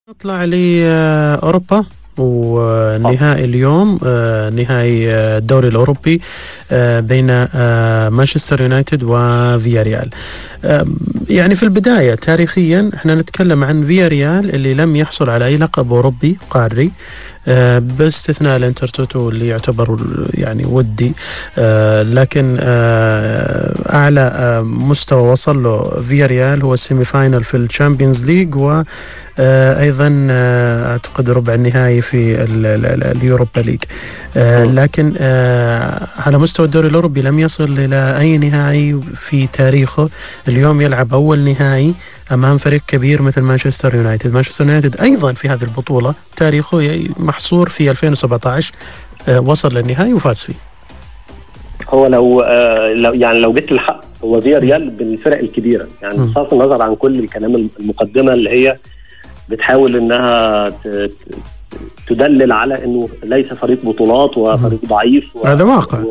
نطلع لأوروبا ونهائي اليوم، نهائي الدوري الأوروبي بين مانشستر يونايتد وفياريال. يعني في البداية تاريخيا احنا نتكلم عن فياريال اللي لم يحصل على أي لقب أوروبي قاري باستثناء الانترتوتو اللي يعتبر يعني ودي، لكن أعلى مستوى وصل له فياريال هو السيمي فاينل في الشامبيونز ليج، وأيضا أعتقد ربع النهائي في اليوروبا ليج. لكن على مستوى الدوري الأوروبي لم يصل إلى أي نهائي في تاريخه. اليوم يلعب أول نهائي أمام فريق كبير مثل مانشستر يونايتد. مانشستر يونايتد أيضا في هذه البطولة تاريخه محصور في 2017، وصل للنهائي وفاز فيه. هو لو جيت الحق، هو فياريال بالفرق الكبيرة، يعني بصرف النظر عن كل الكلام المقدمة اللي هي بتحاول انها تدلل على انه ليس فريق بطولات وفريق ضعيف هذا واقع.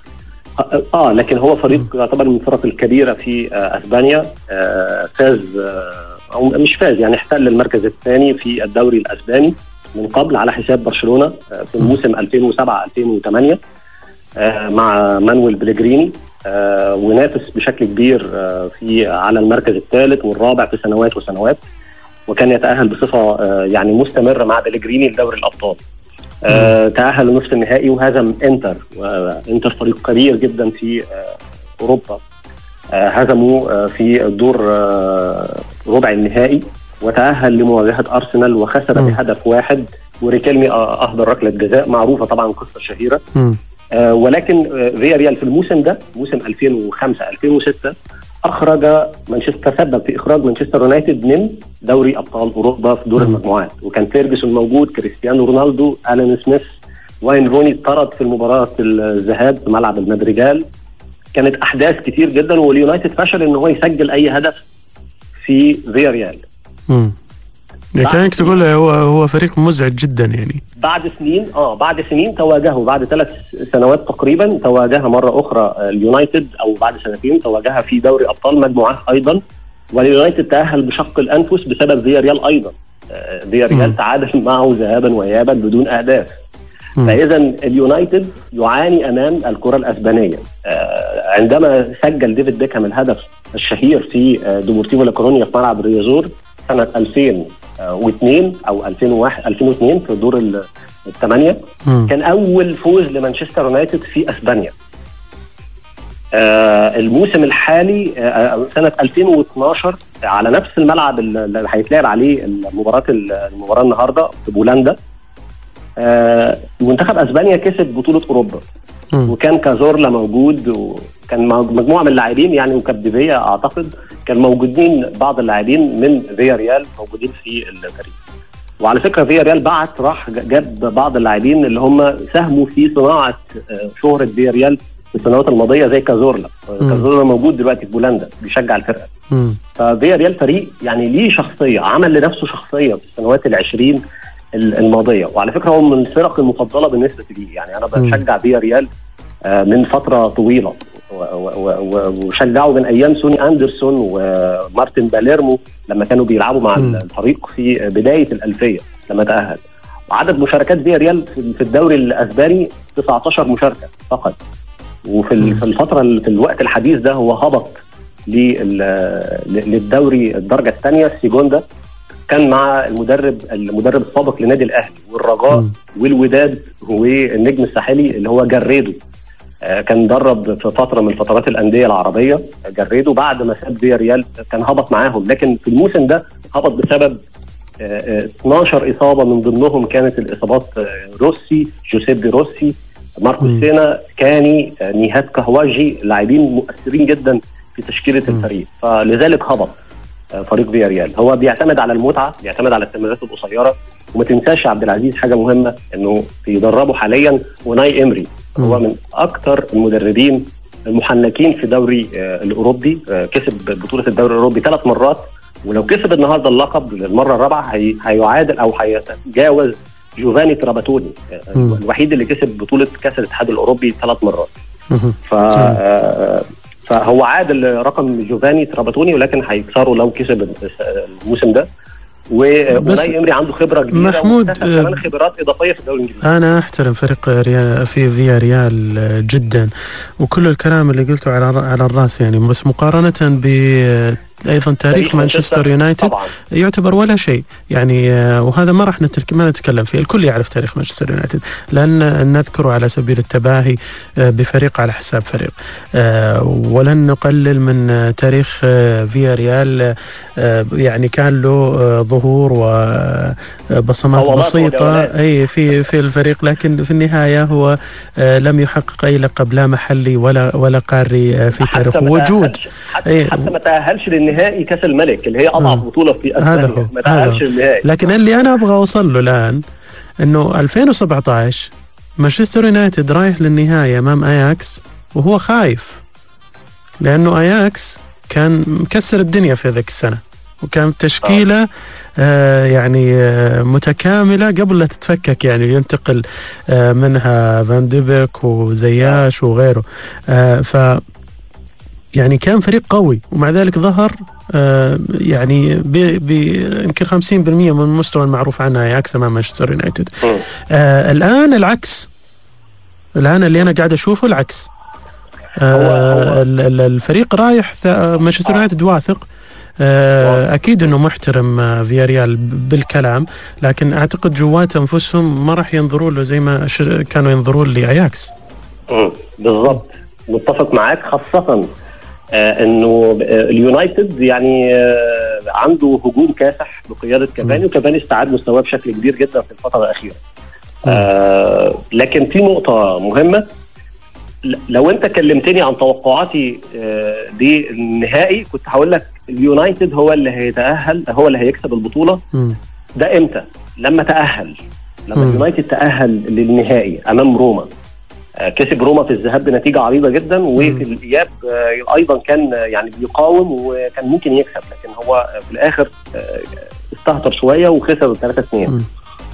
لكن هو فريق يعتبر من الفرق الكبيرة في اسبانيا. فاز او مش فاز، يعني احتل المركز الثاني في الدوري الاسباني من قبل على حساب برشلونة في الموسم 2007-2008 مع مانويل بليجريني، ونافس بشكل كبير على المركز الثالث والرابع في سنوات وسنوات، وكان يتأهل بصفة يعني مستمرة مع بليجريني لدوري الأبطال. تأهل لنصف النهائي وهزم انتر فريق كبير جدا في أوروبا، هزموا في الدور ربع النهائي، وتأهل لمواجهة أرسنال وخسر بهدف واحد، وريكيلمي أهدر ركلة جزاء معروفة طبعا، قصة شهيرة. ولكن فياريال في الموسم ده، موسم 2005-2006 تسبب في إخراج مانشستر يونايتد من دوري أبطال أوروبا في دور المجموعات، وكان فيرجسون موجود، كريستيانو رونالدو، ألان سميث، واين روني طرد في المباراة الذهاب في ملعب المدريجال. كانت أحداث كتير جدا، واليونايتد فشل إن هو يسجل أي هدف في فياريال. كانك تقول هو فريق مزعج جدا. يعني بعد سنين تواجهوا، بعد 3 سنوات تقريبا تواجه مرة أخرى اليونايتد، أو بعد سنتين تواجه في دوري أبطال مجموعات أيضا، واليونايتد تأهل بشق الأنفس بسبب فياريال أيضا. فياريال تعادل معه ذهابا وإيابا بدون أهداف. فإذا اليونايتد يعاني أمام الكرة الأسبانية. عندما سجل ديفيد بيكهام الهدف الشهير في ديبورتيفو لا كورونيا في ملعب ريازور سنة 2002 أو 2002 في دور الثمانية، كان أول فوز لمانشستر يونايتد في أسبانيا. الموسم الحالي سنة 2012 على نفس الملعب اللي هيتلعب عليه المباراة النهاردة في بولندا، منتخب أسبانيا كسب بطولة أوروبا، وكان كازورلا موجود، وكان مجموعة من اللاعبين يعني وكابديفيا أعتقد كان موجودين، بعض اللاعبين من فياريال موجودين في الفريق. وعلى فكرة فياريال راح جاب بعض اللاعبين اللي هم ساهموا في صناعة شهرة فياريال في السنوات الماضية، زي كازورلا. كازورلا موجود دلوقتي في بولندا بيشجع الفرقة. ففياريال فريق يعني ليه شخصية، عمل لنفسه شخصية في السنوات 20 الماضية، وعلى فكرة هو من الفرق المفضلة بالنسبة لي. يعني أنا بشجع فياريال من فترة طويلة، وشجعوا من أيام سوني أندرسون ومارتن باليرمو لما كانوا بيلعبوا مع الفريق في بداية الألفية لما تأهل. وعدد مشاركات فياريال في الدوري الأسباني 19 مشاركة فقط. وفي الفترة في الوقت الحديث ده هو هبط للدوري الدرجة الثانية السيجوندا، كان مع المدرب السابق لنادي الأهلي والرجاء والوداد والنجم الساحلي اللي هو جريدو. كان درب في فترة من فترات الأندية العربية جريدو، بعد ما ساب فياريال كان هبط معاهم. لكن في الموسم ده هبط بسبب 12 إصابة، من ضمنهم كانت الإصابات جوسيبي روسي، ماركوس سينا، كاني، نيهات كهواجي، لاعبين مؤثرين جدا في تشكيلة الفريق، فلذلك هبط فريق فياريال. هو بيعتمد على المتعة، بيعتمد على التمريرات القصيرة. وما تنساش عبد العزيز حاجة مهمة، انه بيدربه حاليا وناي إمري، هو من اكتر المدربين المحنكين في الدوري الأوروبي. كسب بطولة الدوري الأوروبي 3 مرات، ولو كسب النهاردة اللقب للمرة الرابعة هيعادل أو هيتجاوز جوفاني تراباتوني، الوحيد اللي كسب بطولة كأس الاتحاد الأوروبي 3 مرات. فهو عادل رقم جوفاني تراباتوني، ولكن هيكسره لو كسب الموسم ده. وناي إمري عنده خبره كبيره محمود، كمان خبرات اضافيه في الدوري الانجليزي. انا احترم فريق في فياريال جدا، وكل الكلام اللي قلته على الراس يعني، بس مقارنه ب ايضا تاريخ مانشستر يونايتد طبعاً يعتبر ولا شيء يعني. وهذا ما راح نتكلم فيه، الكل يعرف تاريخ مانشستر يونايتد، لن نذكره على سبيل التباهي بفريق على حساب فريق، ولن نقلل من تاريخ فياريال. يعني كان له ظهور وبصمات بسيطة أي في الفريق، لكن في النهاية هو لم يحقق أي لقب، لا محلي ولا قاري في تاريخه. وجود حتى ما تأهلش للنهائي كأس الملك اللي هي أضعف بطولة في أسبانيا، ما تأهلش للنهائي. لكن اللي أنا أبغى أوصل له الآن إنه 2017 مانشستر يونايتد رايح للنهاية أمام أياكس وهو خايف، لأنه أياكس كان مكسر الدنيا في ذيك السنة، وكانت تشكيلة يعني متكاملة قبل لا تتفكك يعني، ينتقل منها فان ديبيك وزياش وغيره. ف يعني كان فريق قوي، ومع ذلك ظهر يعني يمكن 50% من المستوى المعروف عنه اياكس امام مانشستر يونايتد. الان العكس، الان اللي انا قاعد اشوفه العكس. الفريق رايح مانشستر يونايتد واثق، أكيد أنه محترم فياريال بالكلام، لكن أعتقد جوات أنفسهم ما راح ينظروا له زي ما كانوا ينظرون لأياكس. بالضبط، متفق معاك، خاصة أنه اليونايتد يعني عنده هجوم كاسح بقيادة كافاني، وكافاني استعاد مستواه بشكل كبير جدا في الفترة الأخيرة. لكن في نقطة مهمة، لو أنت كلمتني عن توقعاتي للنهائي كنت هقول لك اليونايتد هو اللي هيتأهل، هو اللي هيكسب البطولة. ده امتى؟ لما اليونايتد تأهل للنهائي امام روما، كسب روما في الذهاب بنتيجة عريضة جدا، وفي الإياب ايضا كان يعني بيقاوم وكان ممكن يكسب، لكن هو في الاخر استهتر شوية وخسر 3-2.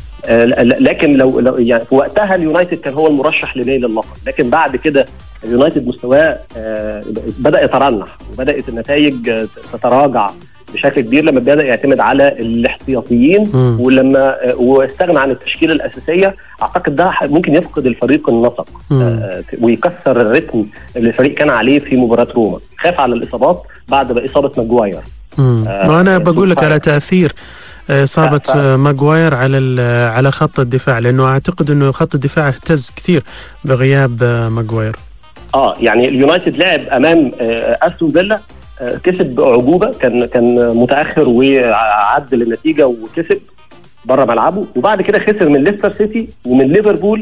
لكن لو يعني في وقتها اليونايتد كان هو المرشح لنيل اللقب، لكن بعد كده اليونايتد مستواه بدأ يترنح، وبدأت النتائج تتراجع بشكل كبير لما بدأ يعتمد على الاحتياطيين، ولما واستغنى عن التشكيلة الأساسية. أعتقد ده ممكن يفقد الفريق النسق ويكسر الرتم اللي الفريق كان عليه في مباراة روما. خاف على الإصابات بعد إصابة ماجواير. وأنا بقول لك على تأثير إصابة ماجواير على خط الدفاع، لأنه أعتقد أنه خط الدفاع اهتز كثير بغياب ماجواير. يعني اليونايتد لعب أمام أستون فيلا، كسب بعجوبة، كان متأخر وعدل النتيجة وكسب بره ملعبه، وبعد كده خسر من ليستر سيتي ومن ليفربول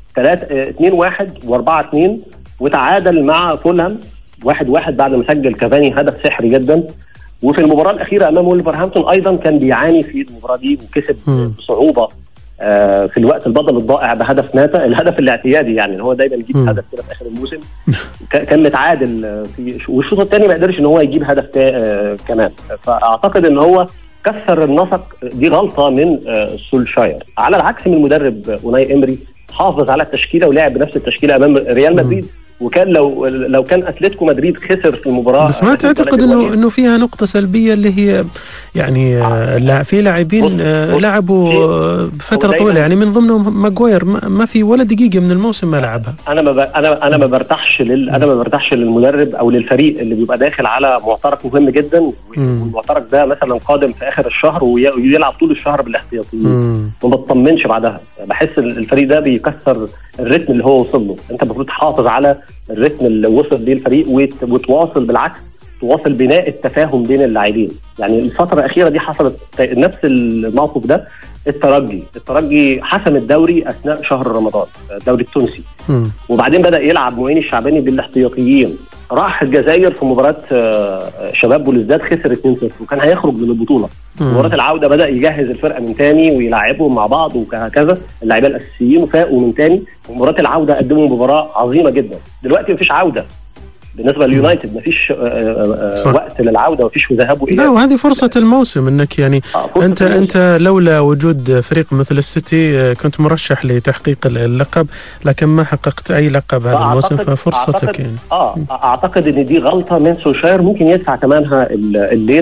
2-1 و4-2، وتعادل مع فولهام 1-1 بعد ما سجل كافاني هدف سحري جدا. وفي المباراة الأخيرة أمام وولفرهامبتون أيضا كان بيعاني في المباراة دي وكسب بصعوبة في الوقت البدل الضائع بهدف ناتا، الهدف الاعتيادي يعني اللي هو دايما يجيب هدف كده في آخر الموسم. كان متعادل والشوط الثاني ما قدرش إن هو يجيب هدف كمان. فأعتقد إن هو كسر النسق، دي غلطة من سولشاير، على العكس من المدرب أوناي إمري، حافظ على التشكيلة ولعب بنفس التشكيلة أمام ريال مدريد. وكان لو كان اتلتيكو مدريد خسر في المباراه، بس ما تعتقد انه فيها نقطه سلبيه اللي هي يعني في لاعبين لعبوا بفتره طويله، يعني من ضمنهم ماجواير ما في ولا دقيقه من الموسم ما لعبها. انا ما برتاحش للمدرب او للفريق اللي بيبقى داخل على معترك مهم جدا، والمعترك ده مثلا قادم في اخر الشهر ويلعب طول الشهر بالاحتياطيين، ما بطمنش بعدها. بحس الفريق ده بيكسر الريتم اللي هو وصل له. انت المفروض تحافظ على الريتم اللي وصل ليه الفريق وتواصل، بالعكس تواصل بناء التفاهم بين اللاعبين. يعني الفترة الأخيرة دي حصلت نفس الموقف ده. الترجي حسم الدوري أثناء شهر رمضان، الدوري التونسي، وبعدين بدأ يلعب معين الشعباني بالاحتياطيين. راح الجزائر في مباراة شباب بوليزداد، خسر 2-0 وكان هيخرج من البطولة. مباراة العودة بدأ يجهز الفرقة من تاني ويلعبهم مع بعض وهكذا، اللاعبين الأساسيين وفاقوا من تاني. ومباراة العودة قدموا مباراة عظيمة جدا. دلوقتي مفيش عودة بالنسبة لليونايتد، مفيش وقت للعودة، مفيش ذهاب وإياب. لا، وهذه فرصة الموسم انك يعني انت لولا وجود فريق مثل السيتي كنت مرشح لتحقيق اللقب، لكن ما حققت اي لقب هذا الموسم، ففرصتك يعني. اعتقد ان دي غلطة من سولشاير ممكن يدفع ثمنها الليلة.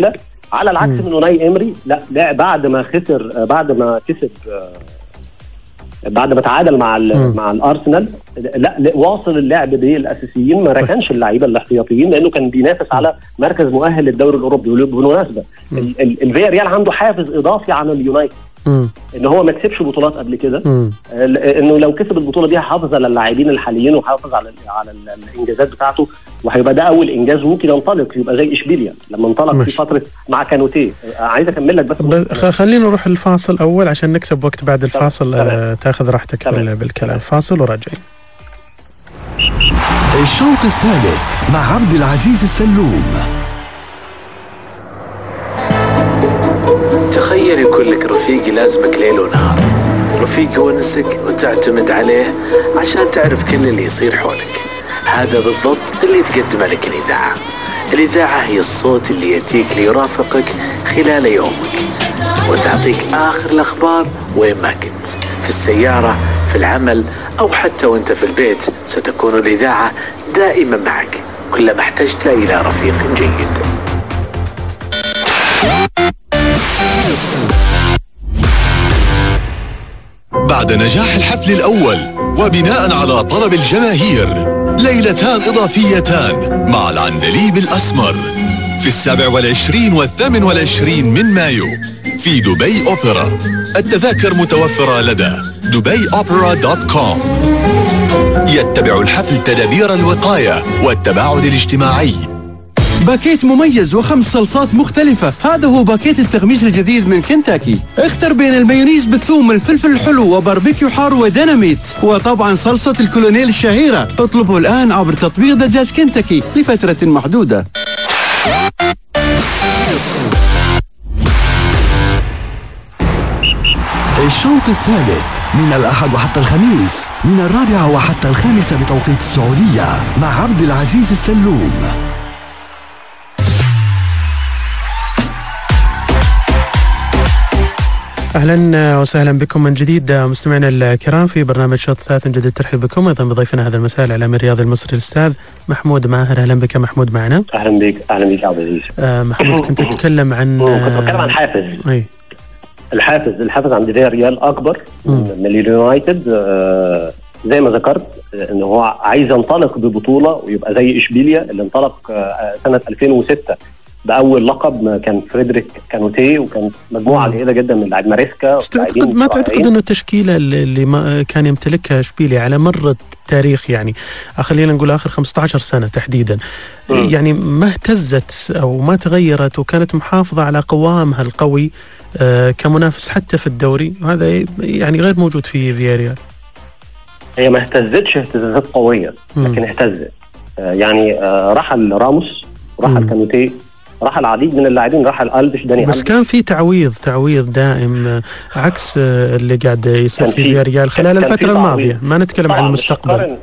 على العكس من اوناي امري، لا بعد ما خسر، بعد ما كسب، بعد ما تعادل مع الارسنال، لا واصل اللعب بالاساسيين، ما ركنش اللعيبه الاحتياطيين لانه كان بينافس على مركز مؤهل للدوري الاوروبي. وبالمناسبه الفيا ريال عنده حافز اضافي عن اليونايتد، ان هو ما كسبش بطولات قبل كده، انه لو كسب البطوله دي هيحافظ على اللاعبين الحاليين وهيحافظ على الانجازات بتاعته، وهيبقى ده اول انجاز ممكن ينطلق، يبقى زي اشبيليا لما انطلق في فتره مع كانوتيه. عايز اكمل لك بس خلينا نروح الفاصل اول عشان نكسب وقت بعد الفاصل. تاخذ راحتك بالكلام. فاصل وراجعين. الشوط الثالث مع عبد العزيز السلوم. تخيل يكون لك رفيق يلازمك ليل ونهار، رفيق يونسك وتعتمد عليه عشان تعرف كل اللي يصير حولك. هذا بالضبط اللي تقدمه لك الإذاعة. الإذاعة هي الصوت اللي يأتيك ليرافقك خلال يومك وتعطيك آخر الأخبار وين ما كنت، في السيارة، في العمل، أو حتى وانت في البيت. ستكون الإذاعة دائما معك كلما احتجت إلى رفيق جيد. بعد نجاح الحفل الأول وبناء على طلب الجماهير، ليلتان إضافيتان مع العندليب الأسمر في 27 و 28 من مايو في دبي أوبرا. التذاكر متوفرة لدى dubayopera.com. يتبع الحفل تدابير الوقاية والتباعد الاجتماعي. باكيت مميز و5 صلصات مختلفة، هذا هو باكيت التغميس الجديد من كنتاكي. اختر بين المايونيز بالثوم، الفلفل الحلو، وباربيكيو حار وديناميت، وطبعا صلصة الكولونيل الشهيرة. اطلبه الآن عبر تطبيق دجاج كنتاكي لفترة محدودة. الشوط الثالث من الأحد وحتى الخميس، من 4 وحتى 5 بتوقيت السعودية مع عبد العزيز السلوم. أهلا وسهلا بكم من جديد مستمعينا الكرام في برنامج شوط الثالث. نجدد الترحيب بكم أيضا بضيفنا هذا المساء الإعلامي الرياضي المصري الأستاذ محمود ماهر. أهلا بك محمود معنا. أهلا بك يا عبد العزيز. محمود كنت تتكلم عن حافز. الحافز عند فيا ريال أكبر من اليونايتد، زي ما ذكرت إنه هو عايز ينطلق ببطولة ويبقى زي إشبيليا اللي انطلق سنة 2006 بأول لقب. كان فريدريك كانوتيه، وكان مجموعة جيدة جدا من لاعب ماريسكا. ما تعتقد أنه التشكيلة اللي ما كان يمتلكها إشبيليا على مر التاريخ، يعني خلينا نقول آخر 15 سنة تحديدا، يعني ما اهتزت أو ما تغيرت وكانت محافظة على قوامها القوي كمنافس حتى في الدوري، وهذا يعني غير موجود في فياريال. هي ما اهتزتش اهتزازات قوية، لكن اهتزت. يعني رحل راموس، رحل كانوتيه، راح العديد من اللاعبين، راح الالبش داني، بس كان في تعويض دائم عكس اللي قاعد يصير في فياريال خلال الفترة الماضية. ما نتكلم عن المستقبل.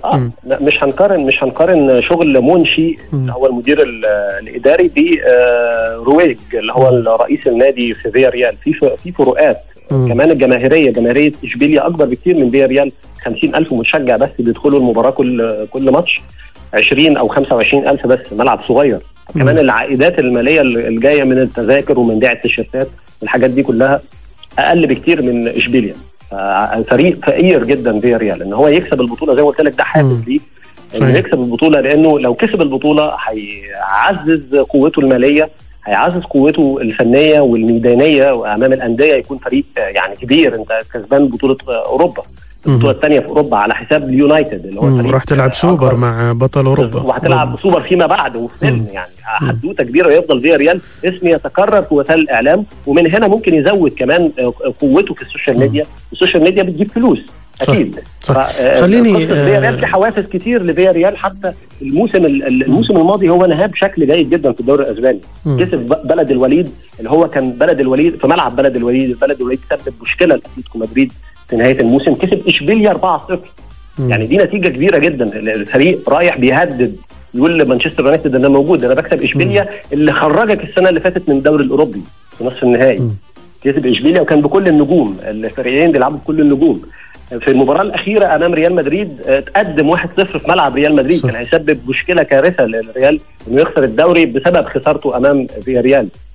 مش هنقارن شغل مونشي اللي هو المدير الاداري برويج اللي هو الرئيس النادي في فياريال. في فروقات. كمان جماهيرية إشبيليا أكبر بكثير من فياريال. 50,000 مشجع بس بيدخلوا المباراة كل ماتش، 20 أو 25,000 بس، ملعب صغير. كمان العائدات المالية اللي جاية من التذاكر ومن بيع التيشيرتات، الحاجات دي كلها أقل بكتير من إشبيليا. فريق فقير جدا فيا ريال. إن هو يكسب البطولة زي ما قلت لك ده حافز ليه إنه يكسب البطولة، لأنه لو كسب البطولة هيعزز قوته المالية، هيعزز قوته الفنية والميدانية وأمام الأندية، يكون فريق يعني كبير. أنت كسبان بطولة أوروبا، البطولة الثانية في أوروبا على حساب اليونايتد اللي هو راح تلعب سوبر مع بطل أوروبا، وهتلعب سوبر فيما بعد وفيلم. يعني حدوته كبيرة، ويفضل فيا ريال اسم يتكرر في وسائل الإعلام، ومن هنا ممكن يزود كمان قوته في السوشيال ميديا. السوشيال ميديا بتجيب فلوس أكيد. خليني فيا ريال في حوافز كتير لفيا ريال. حتى الموسم الماضي هو نهى بشكل جيد جدا في الدوري الأسباني. كسب بلد الوليد اللي هو كان بلد الوليد في ملعب بلد الوليد. سبب مشكلة لأتلتيكو مدريد في نهاية الموسم. كسب إشبيليا 4-0. يعني دي نتيجة كبيرة جدا. الفريق رايح بيهدد، يقول لمانشستر يونايتد أنا موجود، أنا بكسب إشبيليا اللي خرجك السنة اللي فاتت من الدوري الأوروبي في نصف النهائي. كسب إشبيليا وكان بكل النجوم، الفريقين بيلعبوا بكل النجوم. في المباراة الأخيرة أمام ريال مدريد تقدم 1-0 في ملعب ريال مدريد. كان هيسبب مشكلة كارثة للريال إنه يخسر الدوري بسبب خسارته أمام فيا ريال.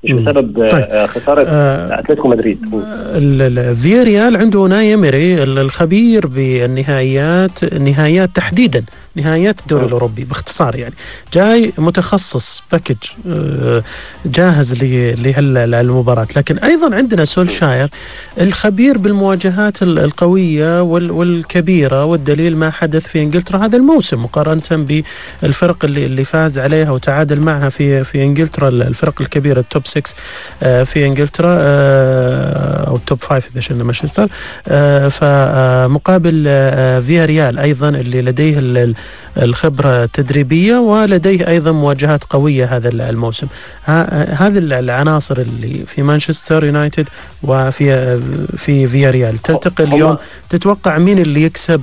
مش بسبب خساره اتلتيكو مدريد. فياريال عنده أوناي إيمري الخبير بالنهايات تحديدا نهايات الدوري الأوروبي باختصار، يعني جاي متخصص باكج جاهز للمباراة. لكن أيضا عندنا سولشاير الخبير بالمواجهات القوية والكبيرة، والدليل ما حدث في إنجلترا هذا الموسم مقارنة بالفرق اللي فاز عليها وتعادل معها في إنجلترا، الفرق الكبيرة التوب 6 في إنجلترا أو التوب 5 إذا شلنا مانشستر. فمقابل فياريال أيضا اللي لديه الخبرة التدريبية ولديه أيضا مواجهات قوية هذا الموسم. هذه العناصر اللي في مانشستر يونايتد وفي فياريال تلتقي اليوم، تتوقع مين اللي يكسب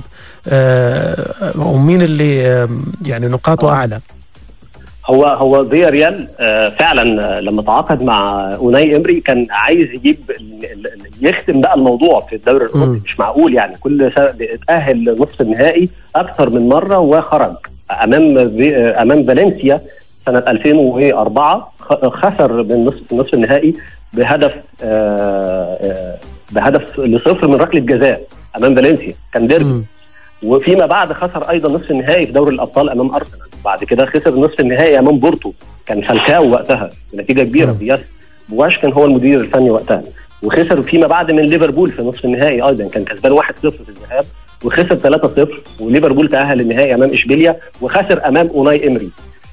ومين اللي يعني نقاطه أعلى؟ هو فياريال فعلا لما تعاقد مع أوناي إمري كان عايز يختم بقى الموضوع في الدوري الأوروبي. مش معقول يعني كل سنة اتأهل لنصف النهائي أكثر من مرة وخرج أمام فالنسيا سنة 2004 خسر من نصف النهائي بهدف ل0 من ركلة جزاء أمام فالنسيا، كان ديربي. وفيما بعد خسر ايضا نصف النهائي في دوري الابطال امام ارسنال، بعد كده خسر نصف النهائي امام بورتو، كان فالكاو وقتها بنتيجه كبيره، بواش كان هو المدير الفني وقتها، وخسر فيما بعد من ليفربول في نصف النهائي ايضا، كان كسبان 1-0 في الذهاب وخسر 3-0، وليفربول تاهل للنهائي امام اشبيليا وخسر امام اوناي امري.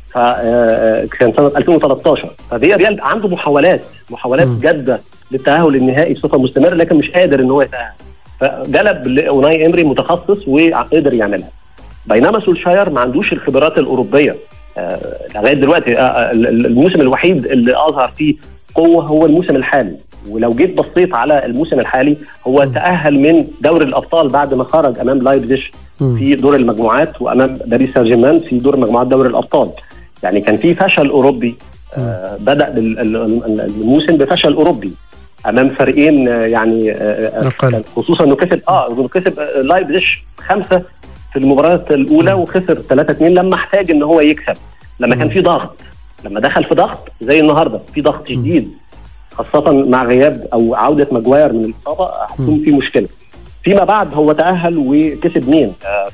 فكان سنه 2013. ففياريال عنده محاولات جاده للتاهل للنهائي بصفه مستمره، لكن مش قادر ان هو يتاهل، فجلب لأوناي إمري متخصص وقدر يعملها. بينما سولشاير ما عندوش الخبرات الأوروبية لغاية دلوقتي. الموسم الوحيد اللي أظهر فيه قوة هو الموسم الحالي، ولو جيت بصيت على الموسم الحالي هو تأهل من دوري الأبطال بعد ما خرج أمام لايبزيج في دور المجموعات وأمام باريس سان جيرمان في دور مجموعات دوري الأبطال. يعني كان في فشل أوروبي، بدأ الموسم بفشل أوروبي امام فريقين، يعني خصوصا انه كسب لايبزيج 5 في المباراه الاولى وخسر 3-2 لما احتاج ان هو يكسب، لما كان في ضغط، لما دخل في ضغط زي النهارده في ضغط شديد، خاصه مع غياب او عوده ماجواير من الاصابه هتكون في مشكله. فيما بعد هو تاهل وكسب مين؟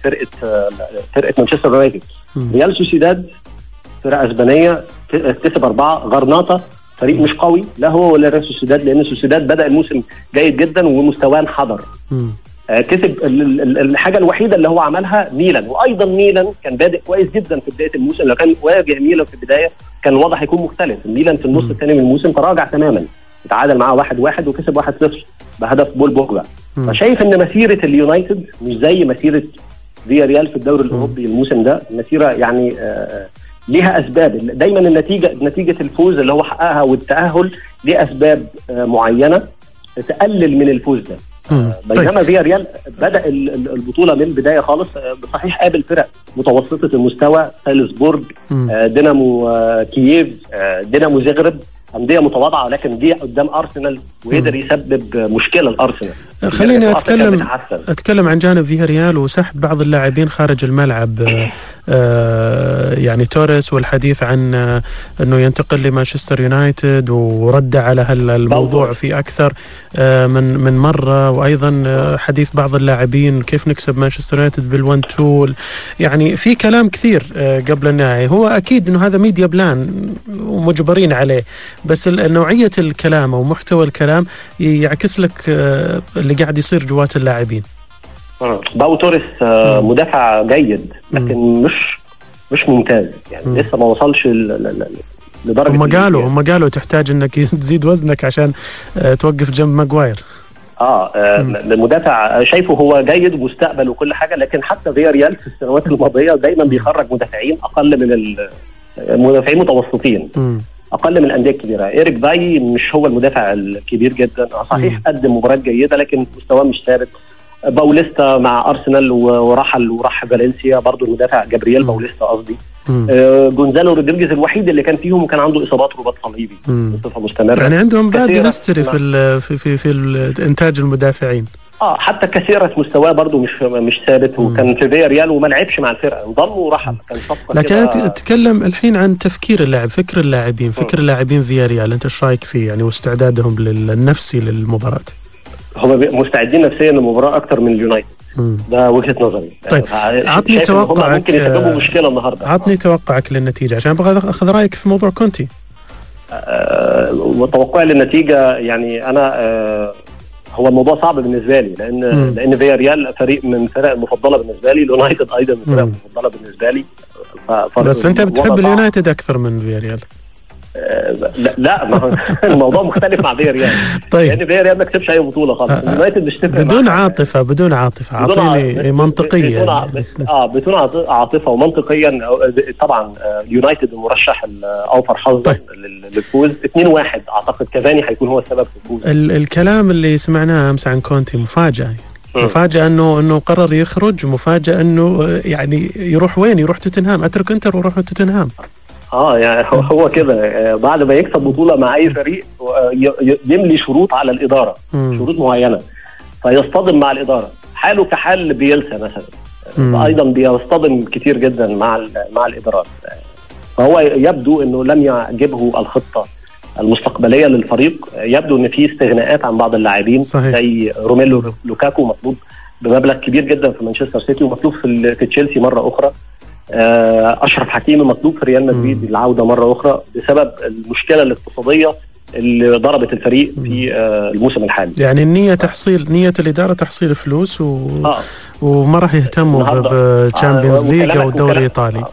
فرقه مانشستر يونايتد. ريال سوسيداد فرقه اسبانيه كسب 4. غرناطه فريق مش قوي لا هو ولا ريال سوسيداد، لان سوسيداد بدأ الموسم جيد جدا ومستواه انحدر. كسب الحاجه الوحيده اللي هو عملها ميلان، وايضا ميلان كان بادئ كويس جدا في بدايه الموسم، لو كان واجه ميلان في البدايه كان الوضع هيكون مختلف. ميلان في النص الثاني من الموسم تراجع تماما، تعادل معاه 1-1 وكسب 1-0 بهدف بول بوجبا. فشايف ان مسيره اليونايتد مش زي مسيره فياريال في الدوري الاوروبي الموسم ده، مسيره يعني ليها اسباب. دايما نتيجه الفوز اللي هو حققها والتاهل ليه اسباب معينه تقلل من الفوز ده. بينما فياريال بدا البطوله من البدايه خالص، صحيح قابل فرق متوسطه المستوى، سالزبورغ، دينامو كييف، دينامو زغرب، انديه متواضعه، لكن جه قدام ارسنال وقدر يسبب مشكله لارسنال. خليني اتكلم عن جانب فياريال وسحب بعض اللاعبين خارج الملعب، يعني توريس، والحديث عن انه ينتقل لمانشستر يونايتد، ورد على هالموضوع في اكثر من مره، وايضا حديث بعض اللاعبين كيف نكسب مانشستر يونايتد بال1-2. يعني في كلام كثير قبل النهاية. هو اكيد انه هذا ميديا بلان ومجبرين عليه، بس نوعيه الكلام او محتوى الكلام يعكس لك اللي قاعد يصير جوات اللاعبين. باو توريس مدافع جيد، لكن مش ممتاز، يعني لسه ما وصلش لدرجه. هم قالوا تحتاج انك تزيد وزنك عشان توقف جنب ماجواير. المدافع شايفه هو جيد ومستقبل وكل حاجه، لكن حتى فياريال في السنوات الماضيه دايما بيخرج مدافعين اقل من المدافعين متوسطين، اقل من الانديه الكبيره. إيريك باي مش هو المدافع الكبير جدا، صحيح قدم مباراه جيده لكن مستواه مش ثابت. باوليستا مع ارسنال وراح فالنسيا، برضو المدافع جابرييل باوليستا قصدي. جونزالو رودريجيز الوحيد اللي كان فيهم كان عنده اصابات رباط صليبي بصفه مستمره. يعني عندهم باد هيستوري في انتاج المدافعين. حتى كاسيراس مستواه برضو مش ثابت، وكان في فيا ريال وما لعبش مع الفرقه، انضم ورحل، كان صفقه. لكن انا اتكلم الحين عن تفكير اللاعب، فكر اللاعبين فيا ريال، انت ايش رايك فيه يعني، واستعدادهم النفسي للمباراه؟ هم مستعدين نفسيا للمباراه اكثر من اليونايتد، ده وجهه نظري. طيب عطني توقعك، ممكن يسببوا مشكله النهارده. عطني توقعك للنتيجه عشان ابغى اخذ رايك في موضوع كونتي. وتوقعي للنتيجه يعني انا هو الموضوع صعب بالنسبه لي، لان فيا ريال فريق من الفرق المفضله بالنسبه لي، اليونايتد ايضا من الفرق المفضله بالنسبه لي. بس انت بتحب اليونايتد اكثر من فيا ريال؟ لا ما الموضوع مختلف مع فيا ريال. طيب لان فيا ريال ما كسبش اي بطوله خالص، اليونايتد مش تفرق. بدون عاطفه اعطيني منطقيا. بدون عاطفه ومنطقيا. طبعا اليونايتد المرشح الاوفر حظا للفوز 2-1. اعتقد كافاني هيكون هو السبب في الفوز. الكلام اللي سمعناه امس عن كونتي مفاجاه، مفاجأة انه قرر يخرج، ومفاجأة انه يعني يروح وين؟ يروح توتنهام، اترك انتر وروح توتنهام. يعني هو كده بعد ما يكسب بطولة مع اي فريق يملي شروط على الإدارة، شروط معينة، فيصطدم مع الإدارة، حاله كحال بيلسا مثلا، ايضا بيصطدم كتير جدا مع الإدارات. فهو يبدو انه لم يعجبه الخطة المستقبلية للفريق، يبدو ان في استغناءات عن بعض اللاعبين زي روميلو لوكاكو مطلوب بمبلغ كبير جدا في مانشستر سيتي، ومطلوب في تشيلسي مرة أخرى. أشرف حكيمي مطلوب في ريال مدريد العودة مرة أخرى بسبب المشكلة الاقتصادية اللي ضربت الفريق في الموسم الحالي. يعني نية الإدارة تحصيل فلوس وما راح يهتموا بالتشامبيونز ليج أو الدوري الإيطالي.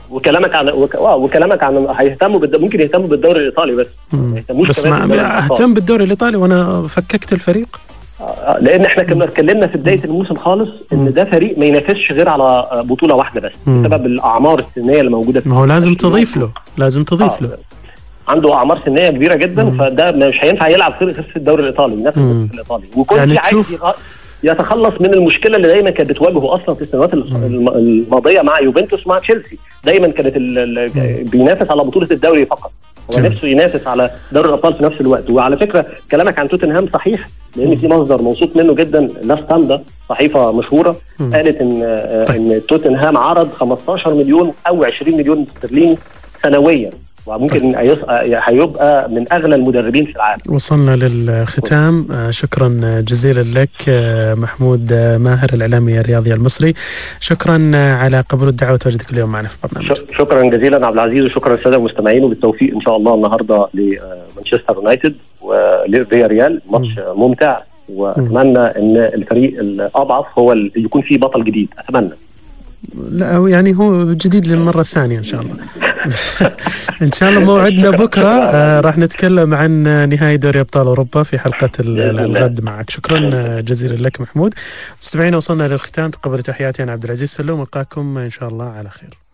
وكلامك عن هيهتموا ممكن يهتموا بالدوري الإيطالي بس ما اهتم بالدوري الإيطالي وأنا فككت الفريق. لان احنا كنا اتكلمنا في بدايه الموسم خالص ان ده فريق ما ينافسش غير على بطوله واحده بس بسبب الاعمار السنيه اللي موجوده فيه. ما هو لازم تضيف له عنده اعمار سنيه كبيره جدا، فده مش هينفع يلعب في الدوري الايطالي، نفس الدوري الايطالي. وكل يعني عايز يتخلص من المشكله اللي دايما كانت بتواجهه اصلا في السنوات الماضيه مع يوفنتوس مع تشيلسي، دايما كانت بينافس على بطوله الدوري فقط، هو نفسه ينافس على دوري الابطال في نفس الوقت. وعلى فكره كلامك عن توتنهام صحيح، لان في مصدر موثوق منه جدا، لاستاندا صحيفه مشهوره قالت ان توتنهام عرض 15 مليون او 20 مليون استرليني سنويا، وممكن هيبقى من اغلى المدربين في العالم. وصلنا للختام، شكرا جزيلا لك محمود ماهر الاعلامي الرياضي المصري، شكرا على قبول الدعوه وتواجدك اليوم معنا في البرنامج. شكرا جزيلا عبد العزيز، وشكرا للساده المستمعين، وبالتوفيق ان شاء الله النهارده لمانشستر يونايتد ولفيا ريال، ماتش ممتع، واتمنى ان الفريق الاضعف هو اللي يكون فيه بطل جديد، اتمنى. لا يعني هو جديد للمرة الثانية إن شاء الله. إن شاء الله موعدنا بكرة راح نتكلم عن نهائي دوري أبطال أوروبا في حلقة الغد معك. شكرا جزيلا لك محمود. مستمعينا وصلنا للختام، تقبل تحياتي أنا عبد العزيز سلوم، ألقاكم إن شاء الله على خير.